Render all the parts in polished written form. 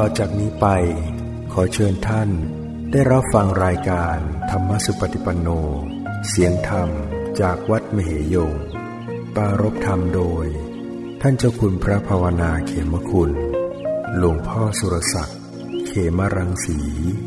อจากนี้ไปขอเชิญท่านได้รับฟังรายการธรรมสุปฏิปันโนเสียงธรรมจากวัดมเหยงปรารภธรรมโดยท่านเจ้าคุณพระภาวนาเขมคุณหลวงพ่อสุรศักดิ์เขมรังสี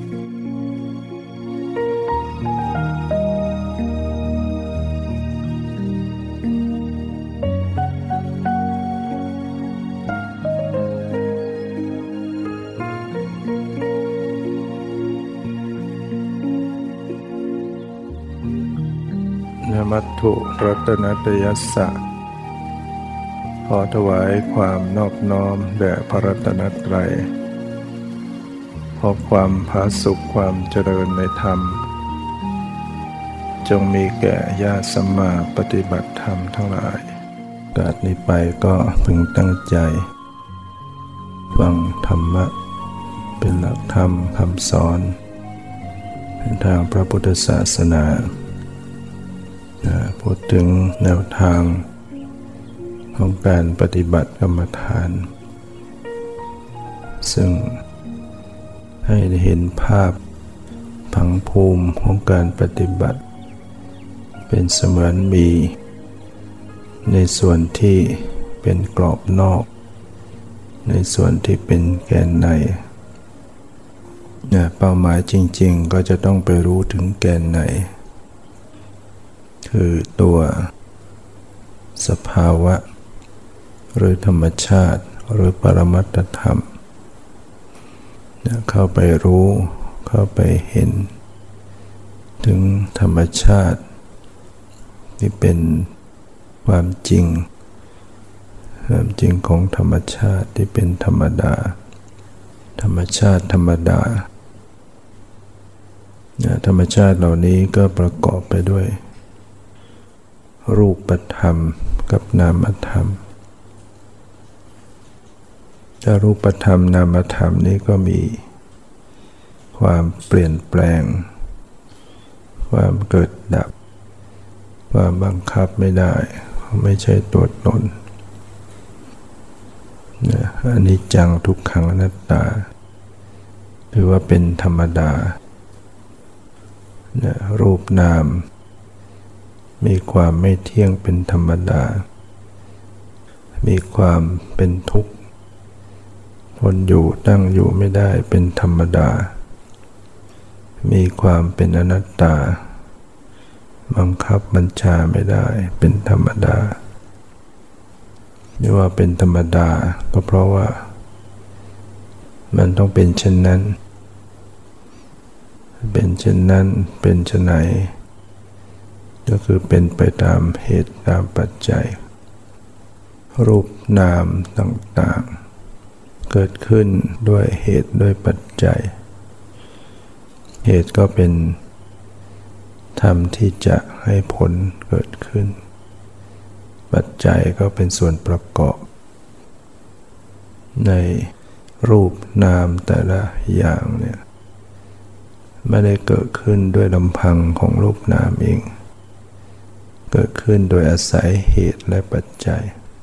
มัตถุรัตนตยัสสะขอถวายความนอบน้อมแด่พระรัตนตรัยขอความผาสุกความเจริญในธรรมจงมีแก่ญาติสัมมาปฏิบัติธรรมทั้งหลายจากนี้ไปก็พึงตั้งใจฟังธรรมะเป็นหลักธรรมคำสอนเป็นทางพระพุทธศาสนาพูดถึงแนวทางของการปฏิบัติกรรมฐานซึ่งให้เห็นภาพผังภูมิของการปฏิบัติเป็นเสมือนมีในส่วนที่เป็นกรอบนอกในส่วนที่เป็นแกนในเป้าหมายจริงๆก็จะต้องไปรู้ถึงแกนในคือตัวสภาวะหรือธรรมชาติหรือปรมัตถธรรมเข้าไปรู้เข้าไปเห็นถึงธรรมชาติที่เป็นความจริงของธรรมชาติที่เป็นธรรมดาธรรมชาติธรรมดาธรรมชาติเหล่านี้ก็ประกอบไปด้วยรูปธรรมกับนามธรรมถ้ารูปธรรมนามธรรมนี้ก็มีความเปลี่ยนแปลงความเกิดดับความบังคับไม่ได้ไม่ใช่ตัวตนอนิจจังทุกขังอนัตตาถือว่าเป็นธรรมดารูปนามมีความไม่เที่ยงเป็นธรรมดามีความเป็นทุกข์ทนอยู่ตั้งอยู่ไม่ได้เป็นธรรมดามีความเป็นอนัตตาบังคับบัญชาไม่ได้เป็นธรรมดาที่ว่าเป็นธรรมดาก็เพราะว่ามันต้องเป็นเช่นนั้นเป็นเช่นนั้นเป็นเช่นไหนก็คือเป็นไปตามเหตุตามปัจจัยรูปนามต่างๆเกิดขึ้นด้วยเหตุด้วยปัจจัยเหตุก็เป็นธรรมที่จะให้ผลเกิดขึ้นปัจจัยก็เป็นส่วนประกอบในรูปนามแต่ละอย่างเนี่ยไม่ได้เกิดขึ้นด้วยลำพังของรูปนามเองเกิดขึ้นโดยอาศัยเหตุและปัจจัย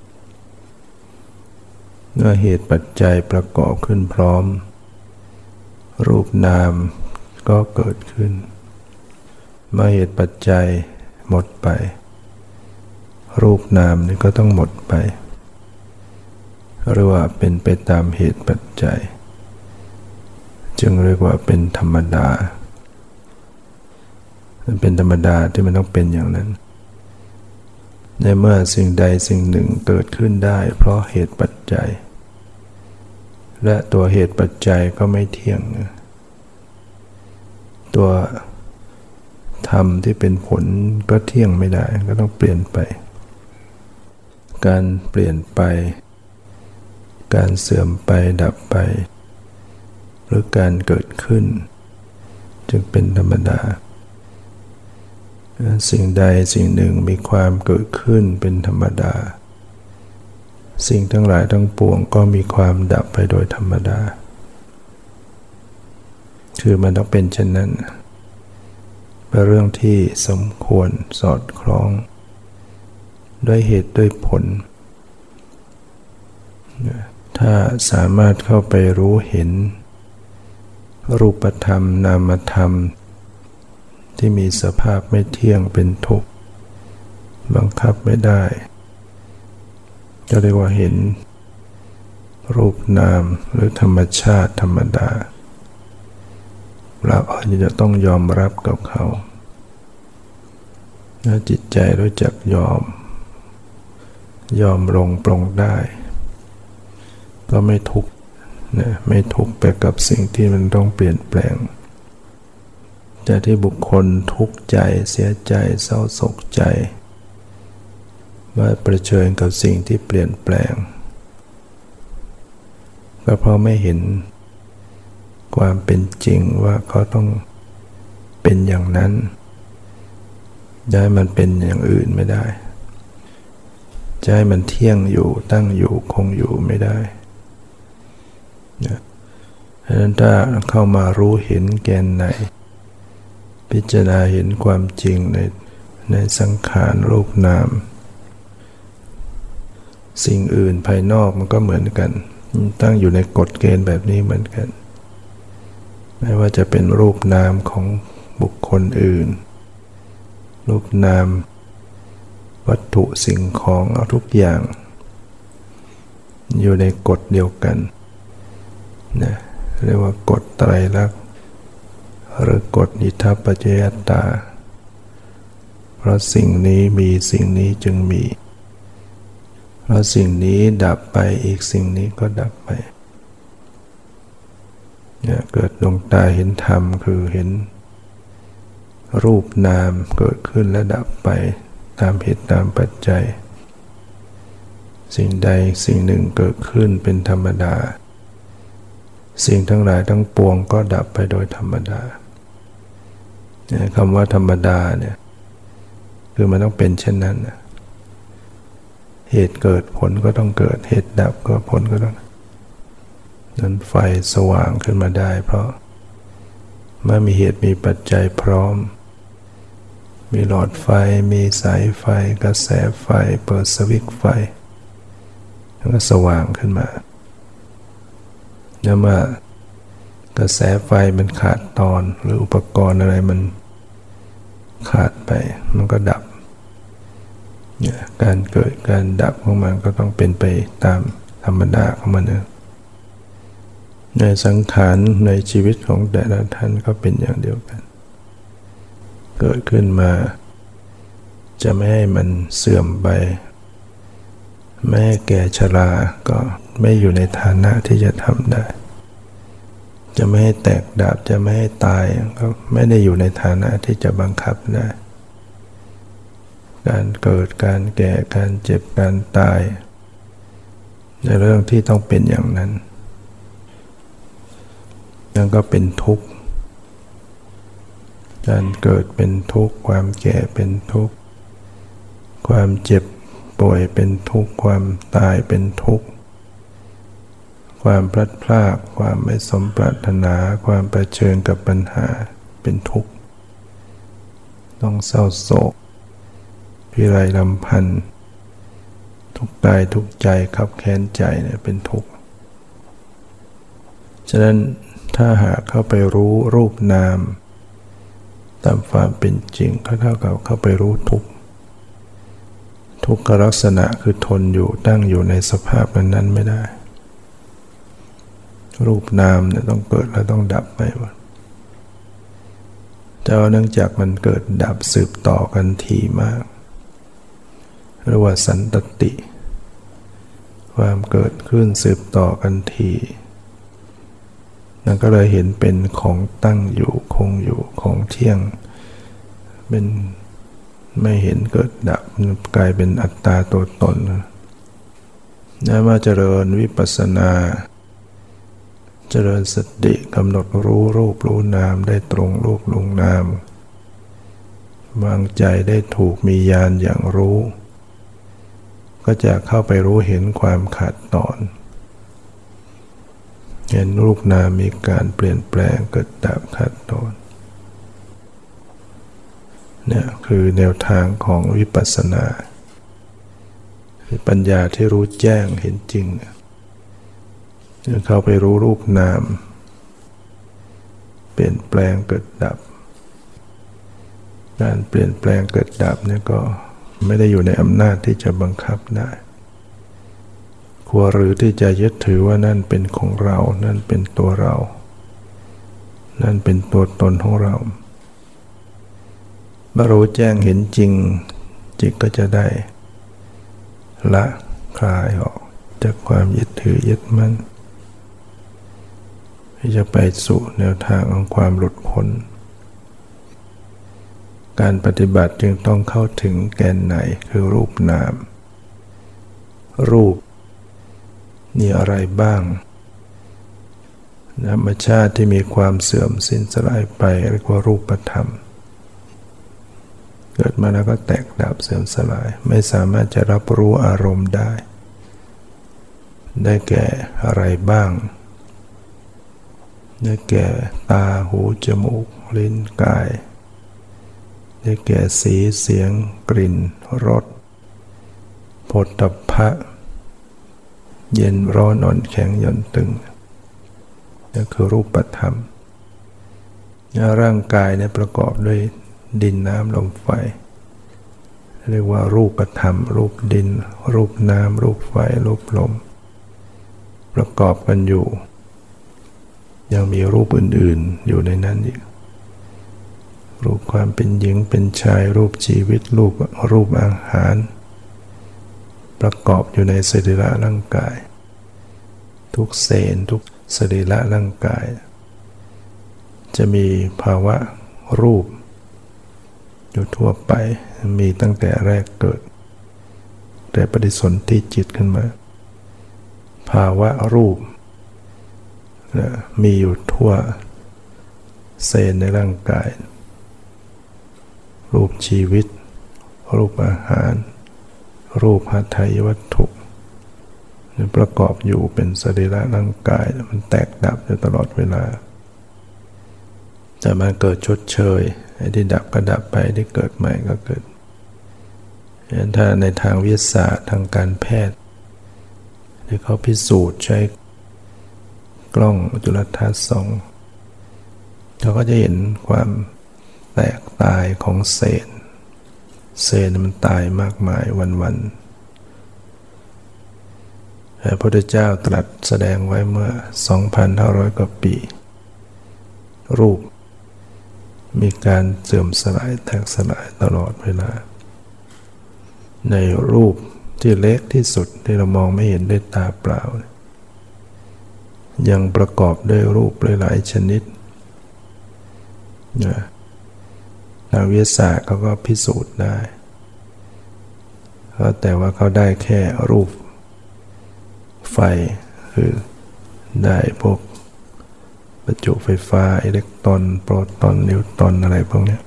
เมื่อเหตุปัจจัยประกอบขึ้นพร้อมรูปนามก็เกิดขึ้นเมื่อเหตุปัจจัยหมดไปรูปนามนี้ก็ต้องหมดไปหรือว่าเป็นไปตามเหตุปัจจัยจึงเรียกว่าเป็นธรรมดามันเป็นธรรมดาที่มันต้องเป็นอย่างนั้นในเมื่อสิ่งใดสิ่งหนึ่งเกิดขึ้นได้เพราะเหตุปัจจัยและตัวเหตุปัจจัยก็ไม่เที่ยงตัวธรรมที่เป็นผลก็เที่ยงไม่ได้ก็ต้องเปลี่ยนไปการเปลี่ยนไปการเสื่อมไปดับไปหรือการเกิดขึ้นจึงเป็นธรรมดาสิ่งใดสิ่งหนึ่งมีความเกิดขึ้นเป็นธรรมดาสิ่งทั้งหลายทั้งปวงก็มีความดับไปโดยธรรมดาคือมันต้องเป็นเช่นนั้นเป็นเรื่องที่สมควรสอดคล้องด้วยเหตุด้วยผลถ้าสามารถเข้าไปรู้เห็นรูปธรรมนามธรรมที่มีสภาพไม่เที่ยงเป็นทุกข์บังคับไม่ได้จะเรียกว่าเห็นรูปนามหรือธรรมชาติธรรมดาเราจะต้องยอมรับกับเขาถ้าจิตใจรู้จักยอมลงปลงได้ก็ไม่ทุกข์ไม่ทุกข์ไปกับสิ่งที่มันต้องเปลี่ยนแปลงแต่ที่บุคคลทุกข์ใจเสียใจเศร้าโศกใจว่าเผชิญกับสิ่งที่เปลี่ยนแปลงก็เพราะไม่เห็นความเป็นจริงว่าเขาต้องเป็นอย่างนั้นจะให้มันเป็นอย่างอื่นไม่ได้จะให้มันเที่ยงอยู่ตั้งอยู่คงอยู่ไม่ได้เพราะฉะนั้นถ้าเข้ามารู้เห็นแกนในพิจารณาเห็นความจริงในสังขารรูปนามสิ่งอื่นภายนอกมันก็เหมือนกันตั้งอยู่ในกฎเกณฑ์แบบนี้เหมือนกันไม่ว่าจะเป็นรูปนามของบุคคลอื่นรูปนามวัตถุสิ่งของเอาทุกอย่างอยู่ในกฎเดียวกันนะเรียกว่ากฎไตรลักษณ์หรือกฎอิทัปปัจจยตาเพราะสิ่งนี้มีสิ่งนี้จึงมีเพราะสิ่งนี้ดับไปอีกสิ่งนี้ก็ดับไปเนี่ยเกิดดวงตาเห็นธรรมคือเห็นรูปนามเกิดขึ้นและดับไปตามเหตุตามปัจจัยสิ่งใดสิ่งหนึ่งเกิดขึ้นเป็นธรรมดาสิ่งทั้งหลายทั้งปวงก็ดับไปโดยธรรมดาคำว่าธรรมดาเนี่ยคือมันต้องเป็นเช่นนั้นเหตุเกิดผลก็ต้องเกิดเหตุดับก็ผลก็ต้องนั้นไฟสว่างขึ้นมาได้เพราะเมื่อมีเหตุมีปัจจัยพร้อมมีหลอดไฟมีสายไฟกระแสไฟเปิดสวิตช์ไฟแล้วก็สว่างขึ้นมาแล้วเมื่อกระแสไฟมันขาดตอนหรืออุปกรณ์อะไรมันขาดไปมันก็ดับการเกิดการดับของมันก็ต้องเป็นไปตามธรรมดาของมันในสังขารในชีวิตของแต่ละท่านก็เป็นอย่างเดียวกันเกิดขึ้นมาจะไม่ให้มันเสื่อมไปไม่ให้แก่ชราก็ไม่อยู่ในฐานะที่จะทำได้จะไม่ให้แตกดับจะไม่ให้ตายก็ไม่ได้อยู่ในฐานะที่จะบังคับได้การเกิดการแก่การเจ็บการตายในเรื่องที่ต้องเป็นอย่างนั้นนั่นก็เป็นทุกข์การเกิดเป็นทุกข์ความแก่เป็นทุกข์ความเจ็บป่วยเป็นทุกข์ความตายเป็นทุกข์ความพลัดพรากความไม่สมปรารถนาความเผชิญกับปัญหาเป็นทุกข์ต้องเศร้าโศกพิไรรำพันทุกข์กายทุกข์ใจขับแค้นใจเนี่ยเป็นทุกข์ฉะนั้นถ้าหากเข้าไปรู้รูปนามตามความเป็นจริงก็เท่ากับเข้าไปรู้ทุกข์ทุกขลักษณะคือทนอยู่ตั้งอยู่ในสภาพนั้นไม่ได้รูปนามเนี่ยต้องเกิดแล้วต้องดับไปหมดแต่เนื่องจากมันเกิดดับสืบต่อกันทีมากเรียกว่าสันตติความเกิดขึ้นสืบต่อกันทีนั่นก็เลยเห็นเป็นของตั้งอยู่คงอยู่ของเที่ยงเป็นไม่เห็นเกิดดับกลายเป็นอัตตาตัวตนนั่นว่าเจริญวิปัสสนาเจริญสติกำหนดรู้รูปรู้นามได้ตรงรูปรู้นามวางใจได้ถูกมีญาณอย่างรู้ก็จะเข้าไปรู้เห็นความขาดตอนเห็นรูปนามมีการเปลี่ยนแปลงเกิดดับขาดตอนเนี่ยคือแนวทางของวิปัสสนาคือปัญญาที่รู้แจ้งเห็นจริงเข้าไปรู้รูปนามเปลี่ยนแปลงเกิดดับการเปลี่ยนแปลงเกิดดับเนี่ยก็ไม่ได้อยู่ในอำนาจที่จะบังคับได้ควรหรือที่จะยึดถือว่านั่นเป็นของเรานั่นเป็นตัวเรานั่นเป็นตัวตนของเราเมื่อรู้แจ้งเห็นจริงจิตก็จะได้ละคลายออกจากความยึดถือยึดมั่นที่จะไปสู่แนวทางของความหลุดพ้นการปฏิบัติจึงต้องเข้าถึงแกนไหนคือรูปนามรูปมีอะไรบ้างธรรมชาติที่มีความเสื่อมสิ้นสลายไปเรียกว่ารูปธรรมเกิดมาแล้วก็แตกดับเสื่อมสลายไม่สามารถจะรับรู้อารมณ์ได้แก่อะไรบ้างได้แก่ตาหูจมูกลิ้นกายได้แก่สีเสียงกลิ่นรสโผฏฐัพพะเย็นร้อนอ่อนแข็งหย่อนตึงนี่คือรูปธรรมร่างกายเนี่ยประกอบด้วยดินน้ำลมไฟเรียกว่ารูปธรรมรูปดินรูปน้ำรูปไฟรูปลมประกอบกันอยู่ยังมีรูปอื่นๆอยู่ในนั้นอีกรูปความเป็นหญิงเป็นชายรูปชีวิตรูปอาหารประกอบอยู่ในสรีระร่างกายทุกเซลล์ทุกสรีระร่างกายจะมีภาวะรูปอยู่ทั่วไปมีตั้งแต่แรกเกิดแต่ปฏิสนธิจิตขึ้นมาภาวะรูปมีอยู่ทั่วเซลล์ในร่างกายรูปชีวิตรูปอาหารรูปหทัยวัตถุประกอบอยู่เป็นสรีระร่างกายมันแตกดับอยู่ตลอดเวลาจะมาเกิดชดเชยไอ้ที่ดับก็ดับไปที่เกิดใหม่ก็เกิดถ้าในทางวิทยาศาสตร์ทางการแพทย์ที่เขาพิสูจน์ใช้กล้องจุลทรรศน์ส่องเขาก็จะเห็นความแตกตายของเซลล์มันตายมากมายวันๆพระพุทธเจ้าตรัสแสดงไว้เมื่อ 2,500 กว่าปีรูปมีการเสื่อมสลายแตกสลายตลอดเวลาในรูปที่เล็กที่สุดที่เรามองไม่เห็นด้วยตาเปล่ายังประกอบด้วยรูปหลายๆชนิดทางวิทยาศาสตร์เขาก็พิสูจน์ได้แต่ว่าเขาได้แค่รูปไฟคือได้พวกประจุไฟฟ้าอิเล็กตรอนโปรตอนนิวตรอนอะไรพวกนี้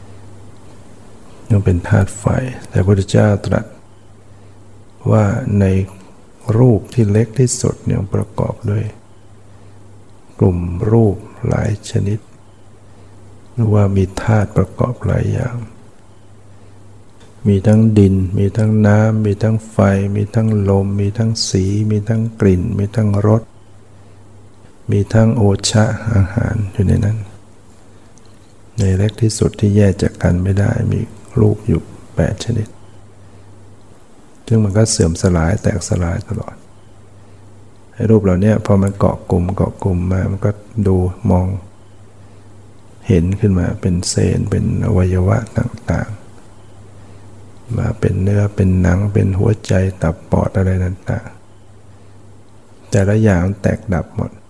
ยังเป็นธาตุไฟแต่พระพุทธเจ้าตรัสว่าในรูปที่เล็กที่สุดยังประกอบด้วยกลุ่มรูปหลายชนิดหรือว่ามีธาตุประกอบหลายอย่างมีทั้งดินมีทั้งน้ำมีทั้งไฟมีทั้งลมมีทั้งสีมีทั้งกลิ่นมีทั้งรสมีทั้งโอชะอาหารอยู่ในนั้นในเล็กที่สุดที่แยกจากกันไม่ได้มีรูปอยู่8ชนิดซึ่งมันก็เสื่อมสลายแตกสลายตลอดไอ้รูปเหล่านี้พอมันเกาะกลุ่มมามันก็ดูมองเห็นขึ้นมาเป็นเซลล์เป็นอวัยวะต่างๆมาเป็นเนื้อเป็นหนังเป็นหัวใจตับปอดอะไรต่างๆแต่ละอย่างแตกดับหมด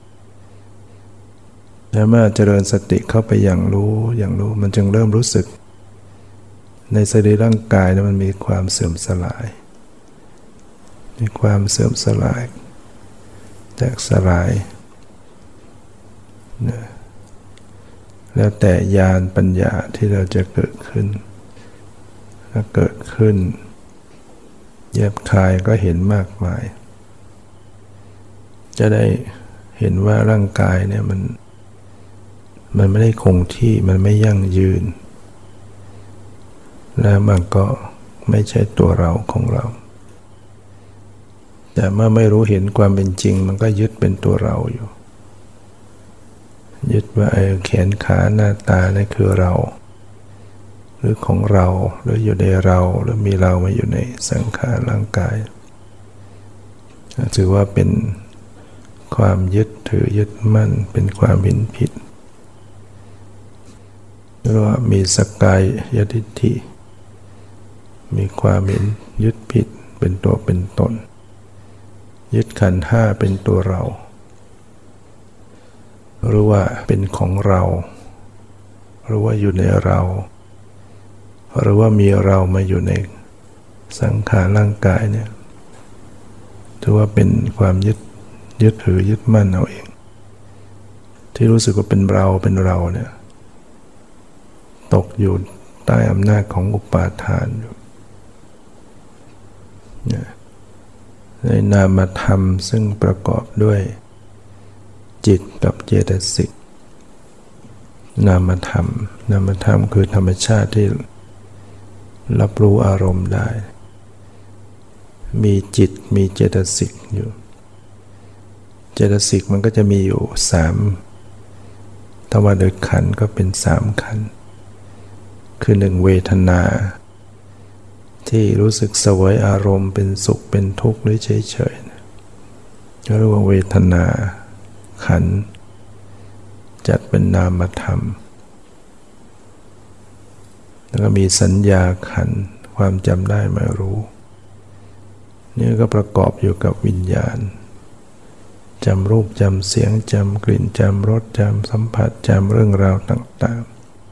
แล้วเมื่อเจริญสติเข้าไปอย่างรู้มันจึงเริ่มรู้สึกในสรีระร่างกายมันมีความเสื่อมสลายมีความเสื่อมสลายแตกสลายแล้วแต่ญาณปัญญาที่เราจะเกิดขึ้นถ้าเกิดขึ้นแยบคายก็เห็นมากมายจะได้เห็นว่าร่างกายเนี่ยมันไม่ได้คงที่มันไม่ยั่งยืนและมันก็ไม่ใช่ตัวเราของเราแต่เมื่อไม่รู้เห็นความเป็นจริงมันก็ยึดเป็นตัวเราอยู่ยึดว่าแขนขาหน้าตานี่คือเราหรือของเราหรืออยู่ในเราหรือมีเรามาอยู่ในสังขารร่างกายถือว่าเป็นความยึดถือยึดมั่นเป็นความเห็นผิดหรือว่ามีสักกายทิฏฐิมีความเห็นยึดผิดเป็นตัวเป็นตนยึดขันธ์ห้าเป็นตัวเราหรือว่าเป็นของเราหรือว่าอยู่ในเราหรือว่ามีเรามาอยู่ในสังขารร่างกายเนี่ยถือว่าเป็นความยึดถือยึดมั่นเอาเองที่รู้สึกว่าเป็นเราเนี่ยตกอยู่ใต้อำนาจของอุปาทานอยู่ในนามธรรมซึ่งประกอบด้วยจิตกับเจตสิกนามธรรมคือธรรมชาติที่รับรู้อารมณ์ได้มีจิตมีเจตสิกอยู่เจตสิกมันก็จะมีอยู่3ถ้าว่าโดยขันธ์ก็เป็น3ขันธ์คือ1เวทนาที่รู้สึกเสวยอารมณ์เป็นสุขเป็นทุกข์หรือเฉยๆก็เรียกว่าเวทนาขันธ์จัดเป็นนามธรรมแล้วก็มีสัญญาขันธ์ความจำได้หมายรู้นี่ก็ประกอบอยู่กับวิญญาณจำรูปจำเสียงจำกลิ่นจำรสจำสัมผัสจำเรื่องราวต่าง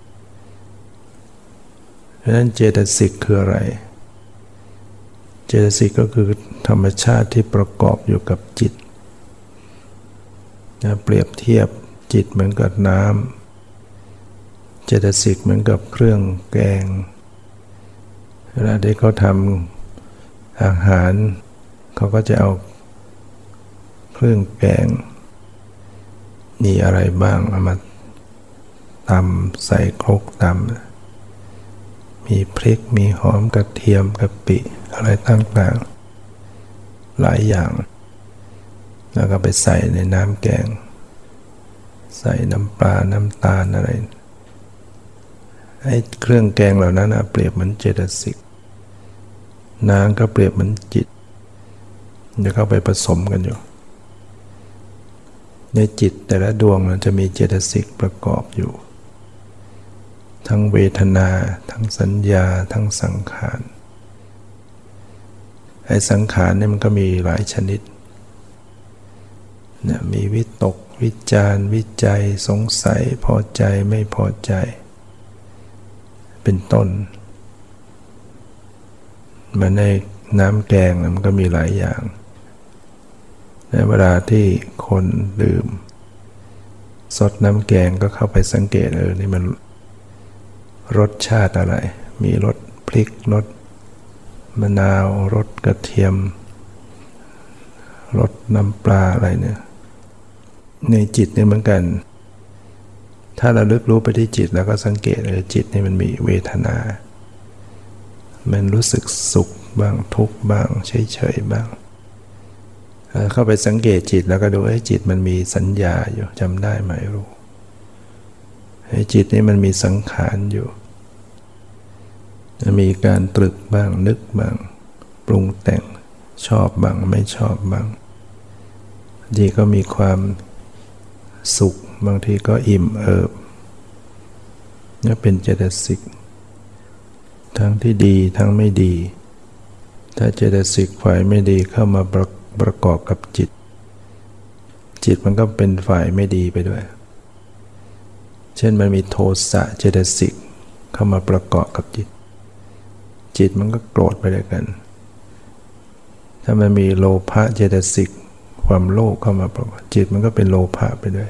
ๆเพราะฉะนั้นเจตสิกคืออะไรเจตสิกก็คือธรรมชาติที่ประกอบอยู่กับจิตเปรียบเทียบจิตเหมือนกับน้ำเจตสิกเหมือนกับเครื่องแกงเวลาที่เขาทำอาหารเขาก็จะเอาเครื่องแกงมีอะไรบ้างเอามาตำใส่ครกตำมีพริกมีหอมกระเทียมกะปิอะไรต่างๆหลายอย่างแล้วก็ไปใส่ในน้ำแกงใส่น้ำปลาน้ำตาลอะไรไอ้เครื่องแกงเหล่านั้นเปรียบเหมือนเจตสิกน้ำก็เปรียบเหมือนจิตจะเข้าไปผสมกันอยู่ในจิตแต่ละดวงมันจะมีเจตสิกประกอบอยู่ทั้งเวทนาทั้งสัญญาทั้งสังขารไอ้สังขารเนี่ยมันก็มีหลายชนิดเนี่ยมีวิตกวิจารวิจัยสงสัยพอใจไม่พอใจเป็นต้นมาในน้ำแกงมันก็มีหลายอย่างในเวลาที่คนดื่มซดน้ำแกงก็เข้าไปสังเกตนี่มันรสชาติอะไรมีรสพริกรสมะนาวรสกระเทียมรสน้ำปลาอะไรเนี่ยในจิตเนี่ยเหมือนกันถ้าเราลึกรู้ไปที่จิตแล้วก็สังเกตจิตนี่มันมีเวทนามันรู้สึกสุขบ้างทุกข์บ้างเฉยๆบ้างเข้าไปสังเกตจิตแล้วก็ดูจิตมันมีสัญญาอยู่จำได้ไหมรู้จิตนี่มันมีสังขารอยู่มีการตรึกบ้างนึกบ้างปรุงแต่งชอบบ้างไม่ชอบบ้างบางทีก็มีความสุขบางทีก็อิ่มเอิบนี่เป็นเจตสิกทั้งที่ดีทั้งไม่ดีถ้าเจตสิกฝ่ายไม่ดีเข้ามาประกอบกับจิตมันก็เป็นฝ่ายไม่ดีไปด้วยเช่นมันมีโทสะเจตสิกเข้ามาประกอบกับจิตมันก็โกรธไปด้วยกันถ้ามันมีโลภะเจตสิกความโลภเข้ามาประกอบจิตมันก็เป็นโลภะไปด้วย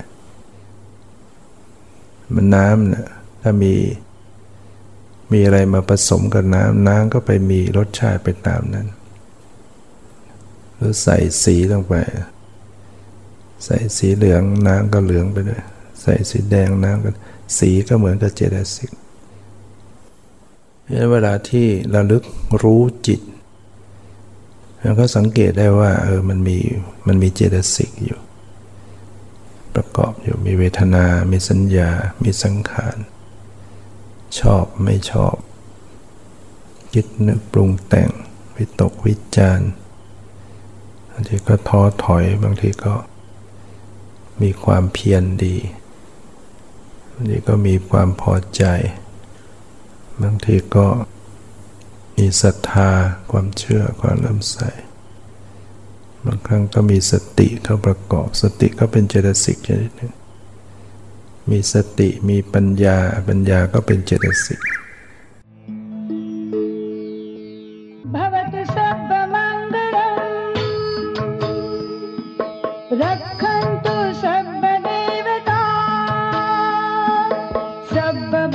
มันน้ำเนี่ยถ้ามีอะไรมาผสมกับน้ำก็ไปมีรสชาติไปตามนั้นหรือใส่สีลงไปใส่สีเหลืองน้ำก็เหลืองไปด้วยใส่สีแดงน้ำก็สีก็เหมือนกับเจตสิกเวลาที่ระลึกรู้จิตแล้วก็สังเกตได้ว่ามันมีเจตสิกอยู่ประกอบอยู่มีเวทนามีสัญญามีสังขารชอบไม่ชอบคิดนึกปรุงแต่งวิตกวิจารณ์บางทีก็ท้อถอยบางทีก็มีความเพียรดีบางทีก็มีความพอใจบางทีก็มีศรัทธาความเชื่อความเลื่อมใสบางครั้งก็มีสติเข้าประกอบสติก็เป็นเจตสิกชนิดหนึ่งมีสติมีปัญญาก็เป็นเจตสิก रक्षन्तु सर्वदेवता सर्व